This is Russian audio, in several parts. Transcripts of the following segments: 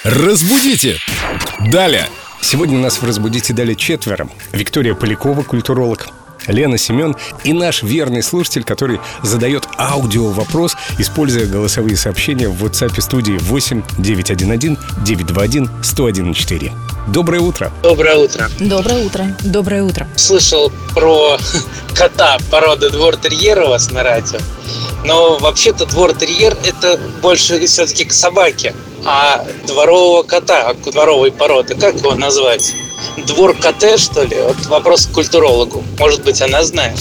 Разбудите! Далее! Сегодня нас в «Разбудите» дали четверо. Виктория Полякова, культуролог, Лена Семен и наш верный слушатель, который задает аудиовопрос, используя голосовые сообщения в WhatsApp студии 8 911 921 1014. Доброе утро! Доброе утро. Доброе утро. Доброе утро. Слышал про кота породы двор-терьер у вас на радио. Но вообще-то двор-терьер — это больше все-таки к собаке. А дворового кота, дворовой породы, как его назвать? Двор-коте, что ли? Вот вопрос к культурологу. Может быть, она знает.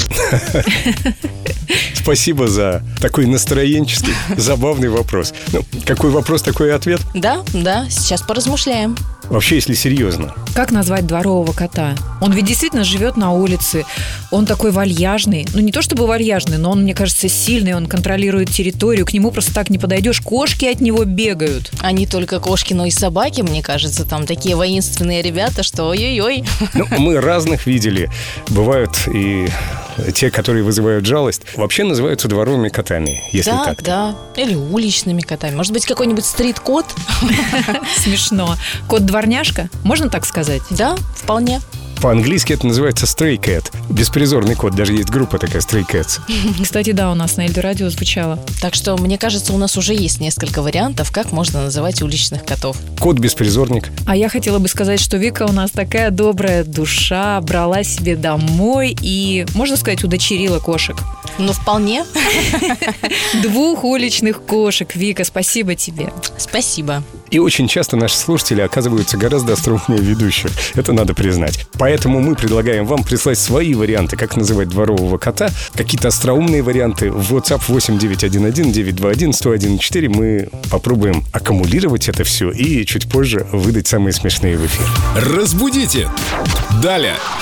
Спасибо за такой настроенческий, забавный вопрос. Ну, какой вопрос, такой и ответ. Да, сейчас поразмышляем. Вообще, если серьезно, Как назвать дворового кота? Он ведь действительно живет на улице. Он такой вальяжный. Ну, не то чтобы вальяжный, но он, мне кажется, сильный. Он контролирует территорию. К нему просто так не подойдешь. Кошки от него бегают. А не только кошки, но и собаки, мне кажется. Там такие воинственные ребята, что ой-ой-ой. ну, мы разных видели. Бывают и те, которые вызывают жалость. Вообще называются дворовыми котами, если Да, так. да. Или уличными котами. Может быть, какой-нибудь стрит-кот? Смешно. Кот-дворняжка? Можно так сказать? Да, вполне. По-английски это называется stray cat. Беспризорный кот. Даже есть группа такая, Stray Cats. Кстати, да, у нас на Эльдорадио звучало. Так что, мне кажется, у нас уже есть несколько вариантов, как можно называть уличных котов. Кот-беспризорник. А я хотела бы сказать, что Вика у нас такая добрая душа, брала себе домой и, можно сказать, удочерила кошек. Ну, вполне. 2 уличных кошек. Вика, спасибо тебе. Спасибо. И очень часто наши слушатели оказываются гораздо остроумнее ведущих. Это надо признать. Поэтому мы предлагаем вам прислать свои варианты, как называть дворового кота. Какие-то остроумные варианты в WhatsApp 8 911 921 1014. Мы попробуем аккумулировать это все и чуть позже выдать самые смешные в эфир. Разбудите! Далее!